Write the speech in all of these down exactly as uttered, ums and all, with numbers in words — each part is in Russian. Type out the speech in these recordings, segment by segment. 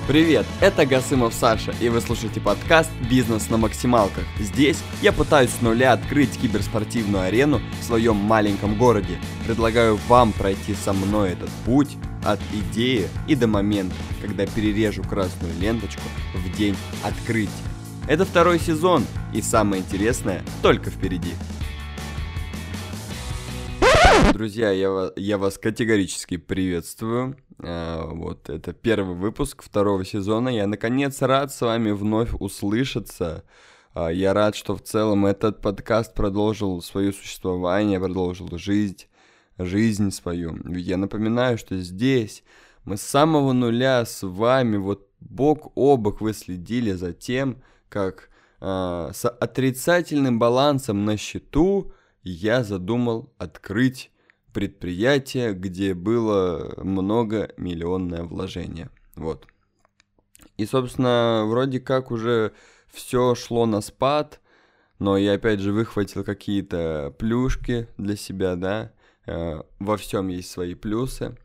Привет, это Гасымов Саша, и вы слушаете подкаст «Бизнес на максималках». Здесь я пытаюсь с нуля открыть киберспортивную арену в своем маленьком городе. Предлагаю вам пройти со мной этот путь от идеи и до момента, когда перережу красную ленточку в день открытия. Это второй сезон, и самое интересное только впереди. Друзья, я вас, я вас категорически приветствую. А, вот это первый выпуск второго сезона. Я наконец рад с вами вновь услышаться. А, я рад, что в целом этот подкаст продолжил свое существование, продолжил жизнь, жизнь свою. Ведь я напоминаю, что здесь мы с самого нуля с вами вот бок о бок вы следили за тем, как а, с отрицательным балансом на счету я задумал открыть предприятие, где было многомиллионное вложение. Вот. И, собственно, вроде как уже все шло на спад, но я опять же выхватил какие-то плюшки для себя, да, э, во всем есть свои плюсы,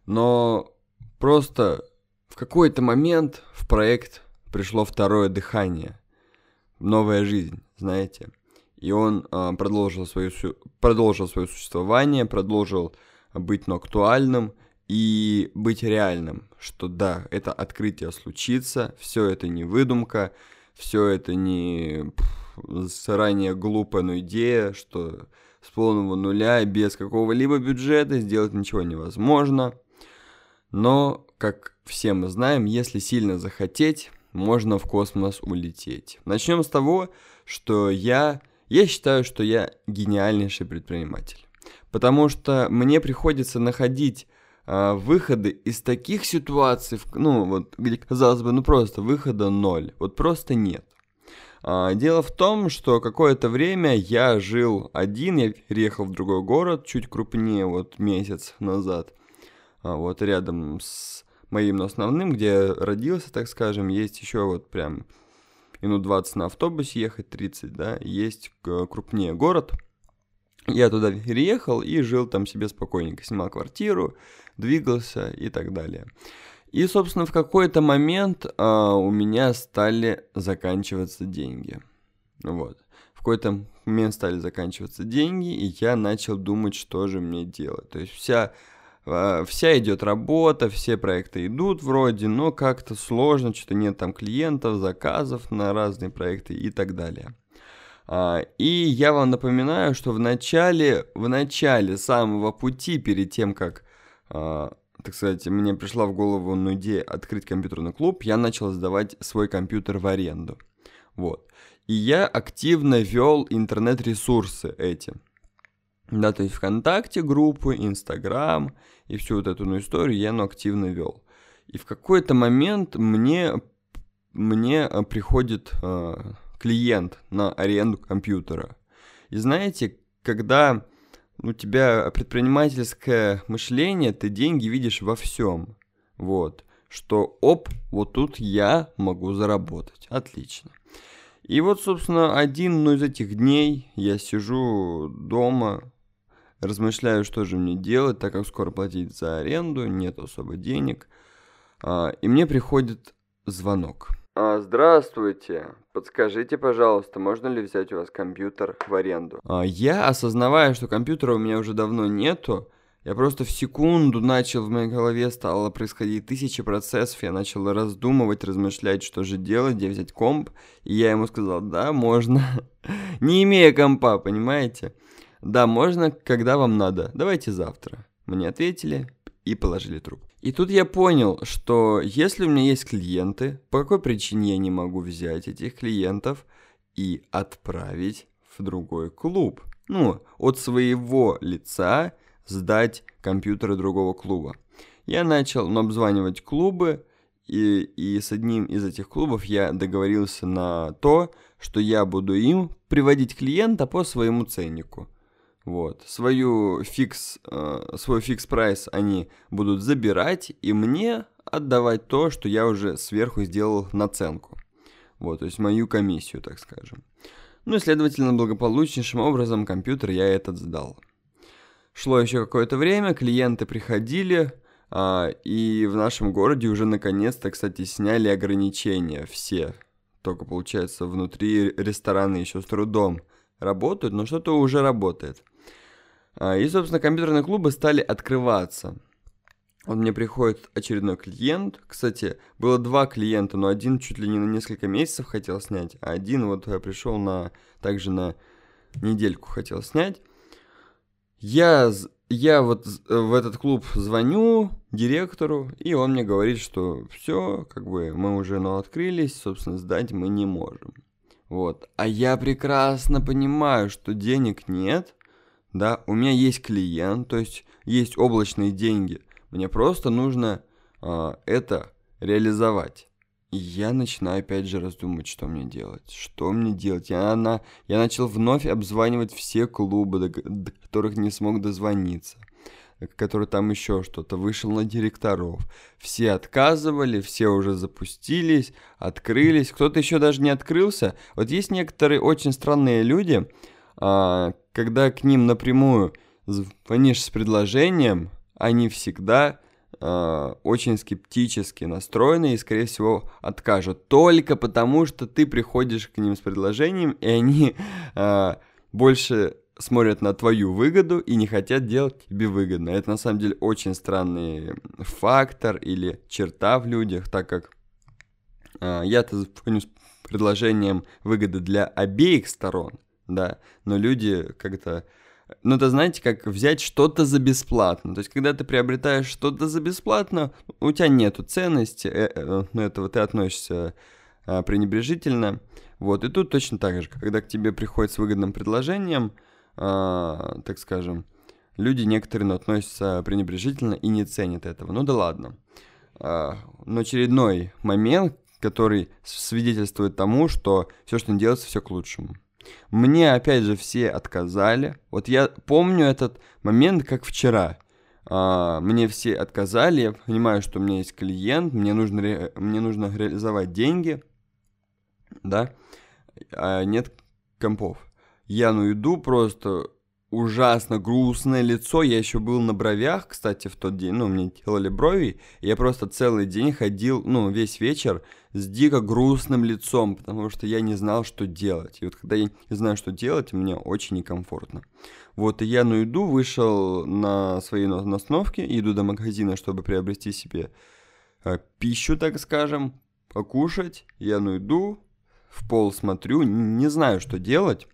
но просто в какой-то момент в проект пришло второе дыхание, новая жизнь, знаете. И он а, продолжил, свое, продолжил свое существование, продолжил быть ну, актуальным и быть реальным. Что да, это открытие случится, все это не выдумка, все это не заранее глупая ну, идея, что с полного нуля, без какого-либо бюджета сделать ничего невозможно. Но, как все мы знаем, если сильно захотеть, можно в космос улететь. Начнем с того, что я... Я считаю, что я гениальнейший предприниматель, потому что мне приходится находить а, выходы из таких ситуаций, ну вот, где, казалось бы, ну просто выхода ноль, вот просто нет. А, дело в том, что какое-то время я жил один, я переехал в другой город, чуть крупнее, вот месяц назад, а, вот рядом с моим основным, где я родился, так скажем, есть еще вот прям... минут двадцать на автобусе ехать, тридцать, да, есть крупнее город. Я туда переехал и жил там себе спокойненько, снимал квартиру, двигался и так далее. И, собственно, в какой-то момент а, у меня стали заканчиваться деньги. Вот. В какой-то момент стали заканчиваться деньги, и я начал думать, что же мне делать. То есть вся... Вся идет работа, все проекты идут вроде, но как-то сложно, что-то нет там клиентов, заказов на разные проекты и так далее. И я вам напоминаю, что в начале, в начале самого пути, перед тем, как, так сказать, мне пришла в голову ну, идея открыть компьютерный клуб, я начал сдавать свой компьютер в аренду. Вот. И я активно вел интернет-ресурсы эти. Да, то есть ВКонтакте группы, Инстаграм и всю вот эту ну, историю я ну, активно вел. И в какой-то момент мне, мне приходит э, клиент на аренду компьютера. И знаете, когда у тебя предпринимательское мышление, ты деньги видишь во всем. Вот. Что оп, вот тут я могу заработать. Отлично. И вот, собственно, один ну, из этих дней я сижу дома, размышляю, что же мне делать, так как скоро платить за аренду, нет особо денег. А, и мне приходит звонок. А, здравствуйте, подскажите, пожалуйста, можно ли взять у вас компьютер в аренду? А, я, осознавая, что компьютера у меня уже давно нету, я просто в секунду начал, в моей голове стало происходить тысячи процессов, я начал раздумывать, размышлять, что же делать, где взять комп, и я ему сказал, да, можно, не имея компа, понимаете? Да, можно, когда вам надо, давайте завтра. Мне ответили и положили трубку. И тут я понял, что если у меня есть клиенты, по какой причине я не могу взять этих клиентов и отправить в другой клуб? Ну, от своего лица сдать компьютеры другого клуба. Я начал ну, обзванивать клубы, и, и с одним из этих клубов я договорился на то, что я буду им приводить клиента по своему ценнику. Вот. Свою фикс, э, свой фикс-прайс они будут забирать и мне отдавать то, что я уже сверху сделал наценку. Вот, то есть мою комиссию, так скажем. Ну и, следовательно, благополучнейшим образом компьютер я этот сдал. Шло еще какое-то время, клиенты приходили, А, и в нашем городе уже наконец-то, кстати, сняли ограничения все. Только, получается, внутри рестораны еще с трудом работают, но что-то уже работает. А, и, собственно, компьютерные клубы стали открываться. Вот мне приходит очередной клиент. Кстати, было два клиента, но один чуть ли не на несколько месяцев хотел снять, а один вот я пришел на, также на недельку хотел снять. Я... Я вот в этот клуб звоню директору, и он мне говорит, что все, как бы мы уже ну, открылись, собственно, сдать мы не можем. Вот. А я прекрасно понимаю, что денег нет, да, у меня есть клиент, то есть есть облачные деньги, мне просто нужно а, это реализовать. И я начинаю опять же раздумывать, что мне делать, что мне делать. Я, на, я начал вновь обзванивать все клубы, до, до которых не смог дозвониться, которые там еще что-то, вышел на директоров. Все отказывали, все уже запустились, открылись, кто-то еще даже не открылся. Вот есть некоторые очень странные люди, а, когда к ним напрямую звонишь с предложением, они всегда... очень скептически настроены и, скорее всего, откажут. Только потому, что ты приходишь к ним с предложением, и они э, больше смотрят на твою выгоду и не хотят делать тебе выгодно. Это, на самом деле, очень странный фактор или черта в людях, так как э, я-то звоню с предложением выгоды для обеих сторон, да, но люди как-то... Ну, это, знаете, как взять что-то за бесплатно. То есть, когда ты приобретаешь что-то за бесплатно, у тебя нету ценности, э, э, ну, этого ты относишься э, пренебрежительно. Вот, и тут точно так же, когда к тебе приходит с выгодным предложением, э, так скажем, люди некоторые ну, относятся пренебрежительно и не ценят этого. Ну да ладно. Э, но очередной момент, который свидетельствует тому, что все, что не делается, все к лучшему. Мне, опять же, все отказали. Вот я помню этот момент, как вчера. А, мне все отказали. Я понимаю, что у меня есть клиент, мне нужно, ре... мне нужно реализовать деньги, да, а нет компов. Я ну иду, просто ужасно грустное лицо. Я еще был на бровях, кстати, в тот день. Ну, мне делали брови. И я просто целый день ходил, ну, весь вечер с дико грустным лицом, потому что я не знал, что делать. И вот когда я не знаю, что делать, мне очень некомфортно. Вот, и я ну иду, вышел на свои остановки, иду до магазина, чтобы приобрести себе э, пищу, так скажем, покушать. Я ну иду, в пол смотрю, не знаю, что делать.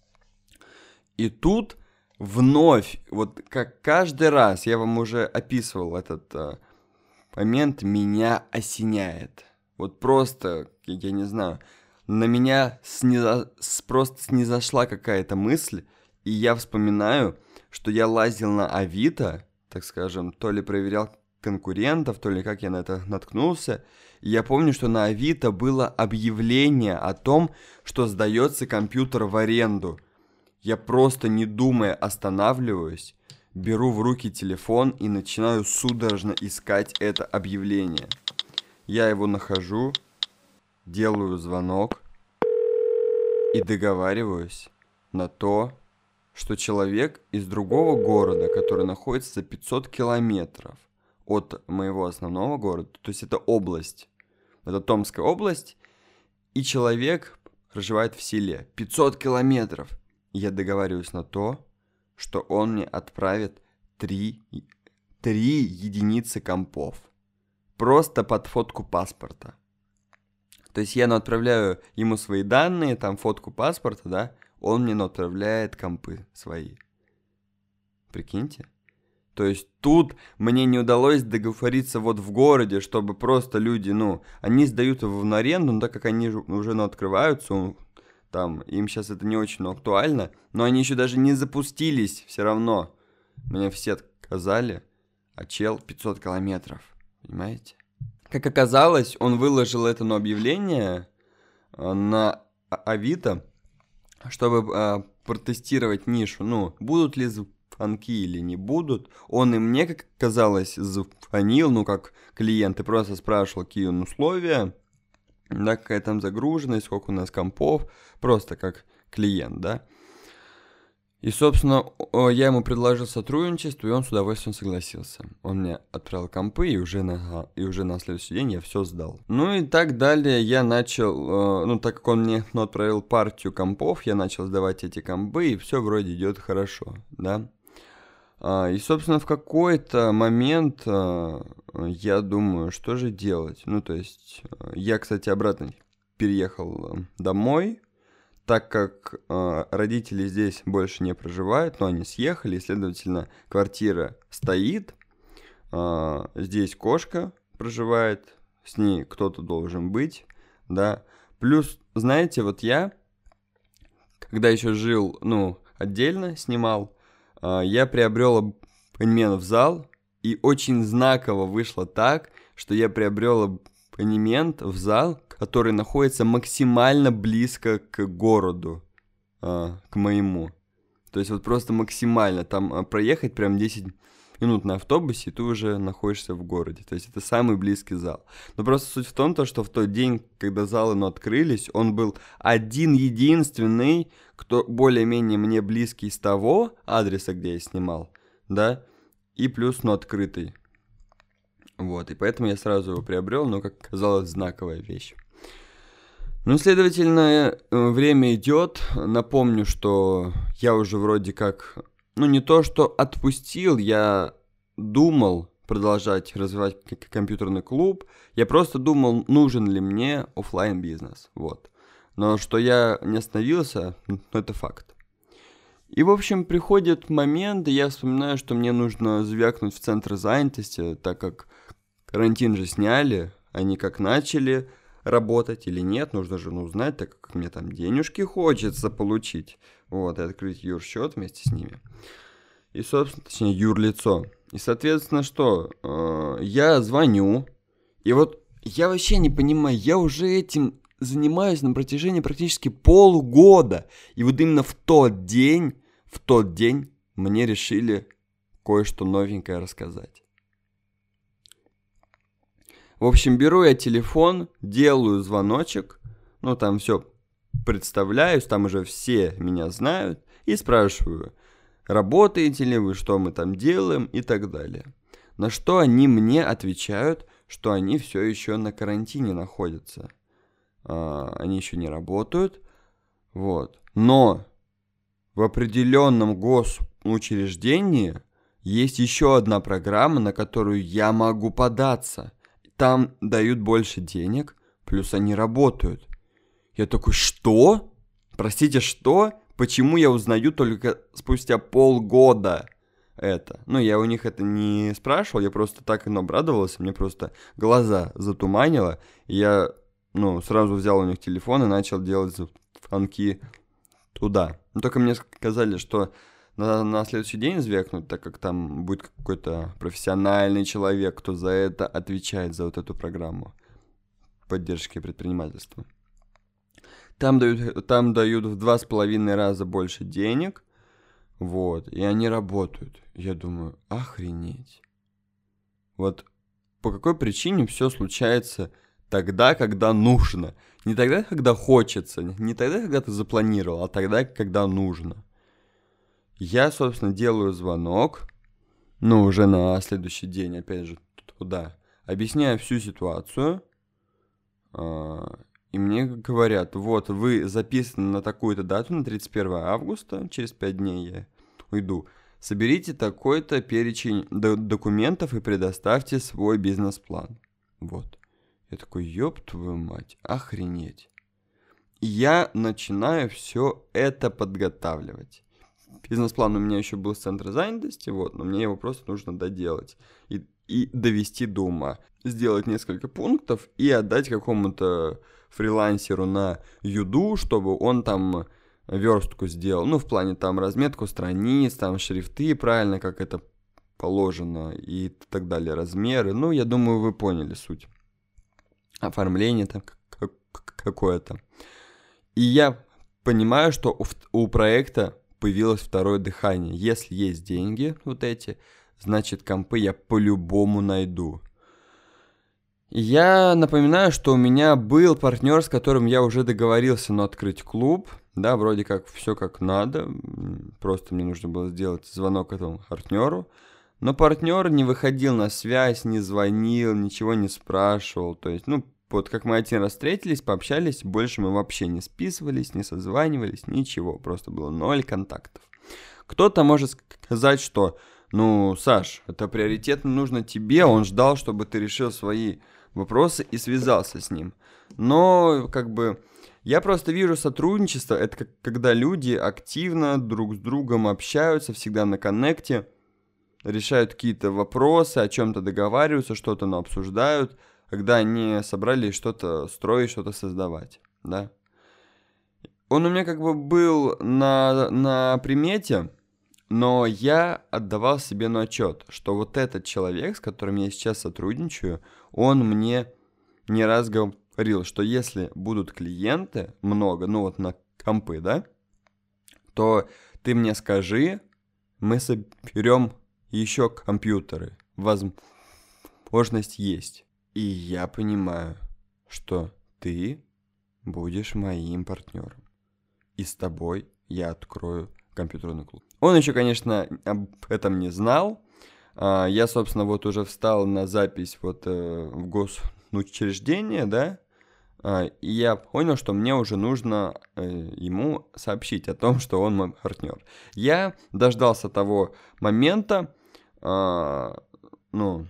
И тут вновь, вот как каждый раз, я вам уже описывал этот э, момент, меня осеняет. Вот просто, я не знаю, на меня сниза... просто снизошла какая-то мысль, и я вспоминаю, что я лазил на Авито, так скажем, то ли проверял конкурентов, то ли как я на это наткнулся. И я помню, что на Авито было объявление о том, что сдается компьютер в аренду. Я просто не думая останавливаюсь, беру в руки телефон и начинаю судорожно искать это объявление. Я его нахожу, делаю звонок и договариваюсь на то, что человек из другого города, который находится за пятьсот километров от моего основного города, то есть это область, это Томская область, и человек проживает в селе, пятьсот километров. Я договариваюсь на то, что он мне отправит три, три единицы компов. Просто под фотку паспорта. То есть я ну, отправляю ему свои данные, там фотку паспорта, да, он мне ну, отправляет компы свои. Прикиньте. То есть тут мне не удалось договориться вот в городе, чтобы просто люди, ну, они сдают его в аренду, но так как они уже ну, открываются, там, им сейчас это не очень ну, актуально, но они еще даже не запустились все равно. Мне все отказали, а чел пятьсот километров. Понимаете? Как оказалось, он выложил это на объявление на Авито, чтобы э, протестировать нишу. Ну, будут ли звонки или не будут. Он и мне, как оказалось, звонил, ну, как клиент, и просто спрашивал, какие он условия, да, какая там загруженность, сколько у нас компов, просто как клиент, да. И, собственно, о- я ему предложил сотрудничество, и он с удовольствием согласился. Он мне отправил компы, и уже на, и уже на следующий день я все сдал. Ну и так далее я начал, э, ну так как он мне ну, отправил партию компов, я начал сдавать эти компы, и все вроде идет хорошо, да. А, и, собственно, в какой-то момент а, я думаю, что же делать. Ну, то есть, а, я, кстати, обратно переехал а, домой, так как э, родители здесь больше не проживают, но они съехали, и, следовательно, квартира стоит, э, здесь кошка проживает, с ней кто-то должен быть, да. Плюс, знаете, вот я, когда еще жил, ну, отдельно снимал, э, я приобрел абонемент в зал, и очень знаково вышло так, что я приобрел абонемент в зал, который находится максимально близко к городу, а, к моему. То есть вот просто максимально. Там а, проехать прям десять минут на автобусе, и ты уже находишься в городе. То есть это самый близкий зал. Но просто суть в том, то, что в тот день, когда залы ну, открылись, он был один-единственный, кто более-менее мне близкий с того адреса, где я снимал, да, и плюс, ну, открытый. Вот, и поэтому я сразу его приобрел, но, как казалось, знаковая вещь. Ну, следовательно, время идет. Напомню, что я уже вроде как, ну, не то что отпустил, я думал продолжать развивать компьютерный клуб. Я просто думал, нужен ли мне офлайн бизнес, вот. Но что я не остановился, ну, это факт. И, в общем, приходит момент, и я вспоминаю, что мне нужно звякнуть в центр занятости, так как карантин же сняли, они как начали работать или нет, нужно же ну, узнать, так как мне там денежки хочется получить, вот, и открыть юрсчет вместе с ними. И, собственно, точнее, юрлицо. И, соответственно, что, э, я звоню, и вот я вообще не понимаю, я уже этим занимаюсь на протяжении практически полгода, и вот именно в тот день, в тот день мне решили кое-что новенькое рассказать. В общем, беру я телефон, делаю звоночек, ну там все представляюсь, там уже все меня знают, и спрашиваю, работаете ли вы, что мы там делаем и так далее. На что они мне отвечают, что они все еще на карантине находятся. А, они еще не работают, вот. Но в определенном госучреждении есть еще одна программа, на которую я могу податься. Там дают больше денег, плюс они работают. Я такой, что? Простите, что? Почему я узнаю только спустя полгода это? Ну, я у них это не спрашивал, я просто так и обрадовался, мне просто глаза затуманило, и я, ну, сразу взял у них телефон и начал делать звонки туда. Но только мне сказали, что надо на следующий день звякнуть, так как там будет какой-то профессиональный человек, кто за это отвечает, за вот эту программу поддержки предпринимательства. Там дают, там дают в два с половиной раза больше денег, вот, и они работают. Я думаю, охренеть. Вот по какой причине все случается тогда, когда нужно. Не тогда, когда хочется, не тогда, когда ты запланировал, а тогда, когда нужно. Я, собственно, делаю звонок, ну, уже на следующий день, опять же, туда, объясняю всю ситуацию, и мне говорят, вот, вы записаны на такую-то дату, на тридцать первое августа, через пять дней я уйду, соберите такой-то перечень документов и предоставьте свой бизнес-план. Вот. Я такой, ёб твою мать, охренеть. И я начинаю все это подготавливать. Бизнес-план у меня еще был с центра занятости, вот, но мне его просто нужно доделать и, и довести до ума. Сделать несколько пунктов и отдать какому-то фрилансеру на Юду, чтобы он там верстку сделал. Ну, в плане там разметку страниц, там шрифты правильно, как это положено и так далее, размеры. Ну, я думаю, вы поняли суть. Оформление там какое-то. И я понимаю, что у проекта появилось второе дыхание. Если есть деньги вот эти, значит компы я по-любому найду. Я напоминаю, что у меня был партнер, с которым я уже договорился, но открыть клуб. Да, вроде как все как надо. м, Просто мне нужно было сделать звонок этому партнеру. Но партнер не выходил на связь, не звонил, ничего не спрашивал. То есть, ну, вот как мы один раз встретились, пообщались, больше мы вообще не списывались, не созванивались, ничего. Просто было ноль контактов. Кто-то может сказать, что, ну, Саш, это приоритетно нужно тебе, он ждал, чтобы ты решил свои вопросы и связался с ним. Но, как бы, я просто вижу сотрудничество, это как, когда люди активно друг с другом общаются, всегда на коннекте, решают какие-то вопросы, о чем-то договариваются, что-то ну, обсуждают, когда они собрались что-то строить, что-то создавать, да. Он у меня как бы был на, на примете, но я отдавал себе на отчет, что вот этот человек, с которым я сейчас сотрудничаю, он мне не раз говорил, что если будут клиенты много, ну вот на компы, да, то ты мне скажи, мы соберем еще компьютеры. Возможность есть. И я понимаю, что ты будешь моим партнером. И с тобой я открою компьютерный клуб. Он еще, конечно, об этом не знал. А, Я, собственно, вот уже встал на запись вот э, в госучреждение, да, а, и я понял, что мне уже нужно э, ему сообщить о том, что он мой партнер. Я дождался того момента, а, ну,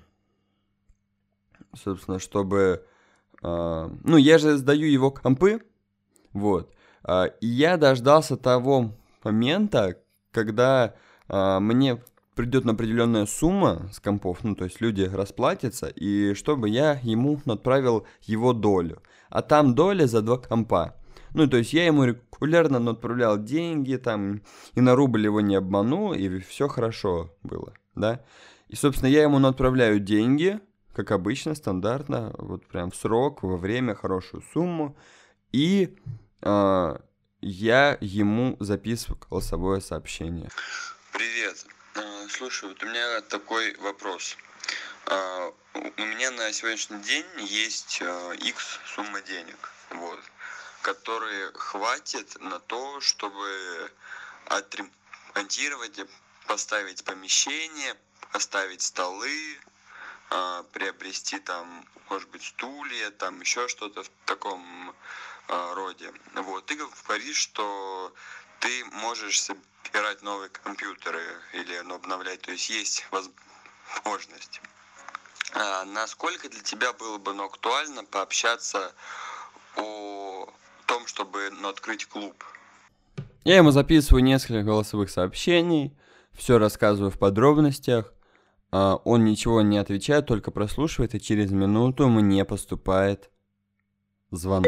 собственно, чтобы... а, ну, я же сдаю его компы, вот. А, и я дождался того момента, когда а, мне придет определенная сумма с компов, ну, то есть люди расплатятся, и чтобы я ему отправил его долю. А там доля за два компа. Ну, то есть я ему регулярно отправлял деньги, там, и на рубль его не обману, и все хорошо было, да. И, собственно, я ему отправляю деньги, как обычно, стандартно, вот прям в срок, во время, хорошую сумму, и а, я ему записываю голосовое сообщение. Привет. А, Слушай, вот у меня такой вопрос. А, У у меня на сегодняшний день есть а, X сумма денег, вот, которые хватит на то, чтобы отремонтировать, поставить помещение, поставить столы, а, приобрести там, может быть, стулья, там еще что-то в таком а, роде. Вот, ты говоришь, что ты можешь собирать новые компьютеры или ну, обновлять, то есть есть возможность. А насколько для тебя было бы ну, актуально пообщаться о том, чтобы ну, открыть клуб? Я ему записываю несколько голосовых сообщений, все рассказываю в подробностях. а, Он ничего не отвечает, только прослушивает, и через минуту мне поступает звонок.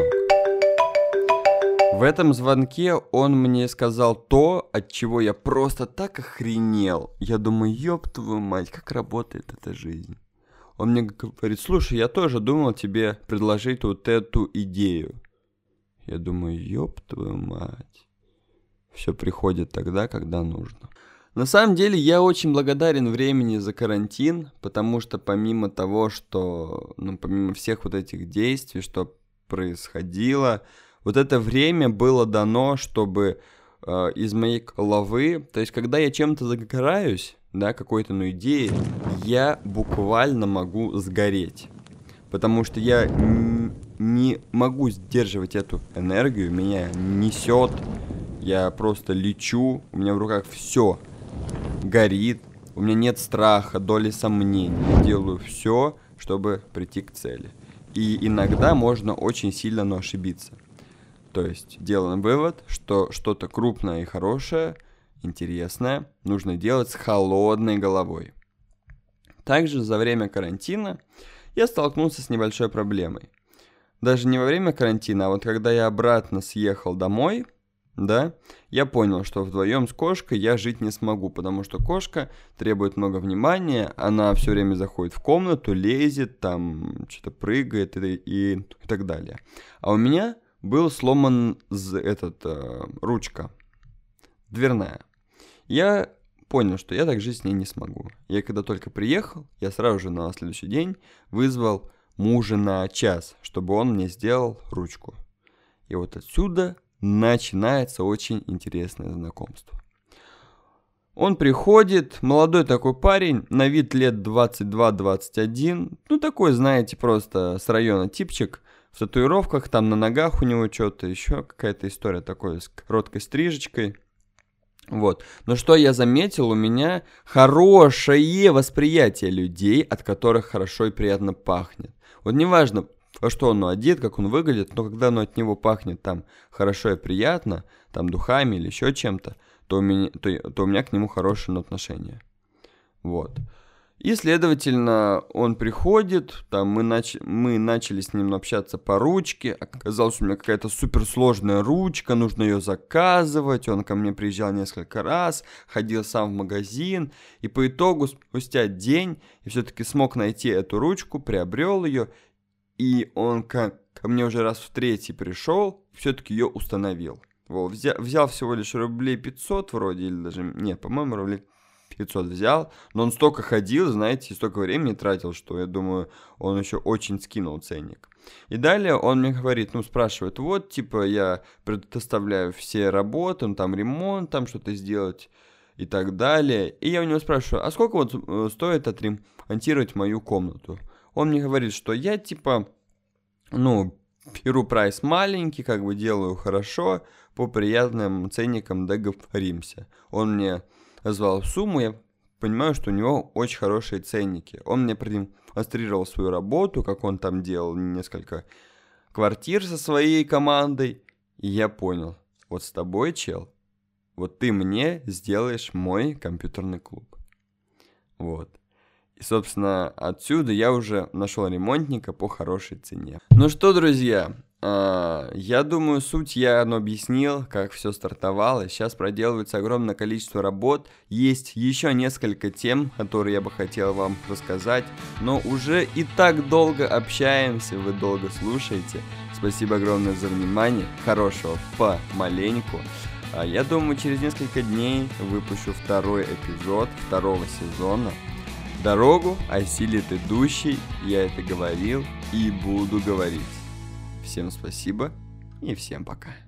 В этом звонке он мне сказал то, от чего я просто так охренел. Я думаю, ёб твою мать, как работает эта жизнь. Он мне говорит, слушай, я тоже думал тебе предложить вот эту идею. Я думаю, ёб твою мать. Все приходит тогда, когда нужно. На самом деле я очень благодарен времени за карантин, потому что помимо того, что, ну, помимо всех вот этих действий, что происходило, вот это время было дано, чтобы э, из моей головы, то есть когда я чем-то загораюсь, да, какой-то ну идеей, я буквально могу сгореть, потому что я н- не могу сдерживать эту энергию, меня несет, я просто лечу, у меня в руках все горит, у меня нет страха, доли сомнений, я делаю все, чтобы прийти к цели. И иногда можно очень сильно ну, ошибиться. То есть делаем вывод, что что-то крупное и хорошее, интересное, нужно делать с холодной головой. Также за время карантина я столкнулся с небольшой проблемой. Даже не во время карантина, а вот когда я обратно съехал домой, да, я понял, что вдвоем с кошкой я жить не смогу, потому что кошка требует много внимания, она все время заходит в комнату, лезет, там что-то прыгает и, и, и так далее. А у меня был сломан этот, э, ручка дверная. Я понял, что я так жить с ней не смогу. Я когда только приехал, я сразу же на следующий день вызвал мужа на час, чтобы он мне сделал ручку. И вот отсюда начинается очень интересное знакомство. Он приходит, молодой такой парень, на вид лет двадцать два двадцать один, ну такой, знаете, просто с района типчик, в татуировках, там на ногах у него что-то, еще какая-то история такой с короткой стрижечкой. Вот. Но что я заметил, у меня хорошее восприятие людей, от которых хорошо и приятно пахнет. Вот неважно, во что он одет, как он выглядит, но когда оно от него пахнет там хорошо и приятно, там духами или еще чем-то, то у меня, то, то у меня к нему хорошее отношение. Вот. И, следовательно, он приходит, там мы, нач... мы начали с ним общаться по ручке, оказалось, у меня какая-то суперсложная ручка, нужно ее заказывать, он ко мне приезжал несколько раз, ходил сам в магазин, и по итогу спустя день я все-таки смог найти эту ручку, приобрел ее, и он ко, ко мне уже раз в третий пришел, все-таки ее установил. Вот, взял, взял всего лишь рублей пятьсот вроде, или даже, нет, по-моему, рублей пятьсот взял, но он столько ходил, знаете, столько времени тратил, что я думаю, он еще очень скинул ценник. И далее он мне говорит, ну, спрашивает, вот, типа, я предоставляю все работы, ну, там, ремонт, там, что-то сделать и так далее. И я у него спрашиваю, а сколько вот стоит отремонтировать мою комнату? Он мне говорит, что я, типа, ну, беру прайс маленький, как бы делаю хорошо, по приятным ценникам договоримся. Он мне назвал сумму, я понимаю, что у него очень хорошие ценники. Он мне продемонстрировал свою работу, как он там делал несколько квартир со своей командой. И я понял, вот с тобой, чел, вот ты мне сделаешь мой компьютерный клуб. Вот. И, собственно, отсюда я уже нашел ремонтника по хорошей цене. Ну что, друзья, я думаю, суть я объяснил, как все стартовало. Сейчас проделывается огромное количество работ. Есть еще несколько тем, которые я бы хотел вам рассказать. Но уже и так долго общаемся, вы долго слушаете. Спасибо огромное за внимание. Хорошего помаленьку. Я думаю, через несколько дней выпущу второй эпизод второго сезона. Дорогу осилит идущий, я это говорил и буду говорить. Всем спасибо и всем пока.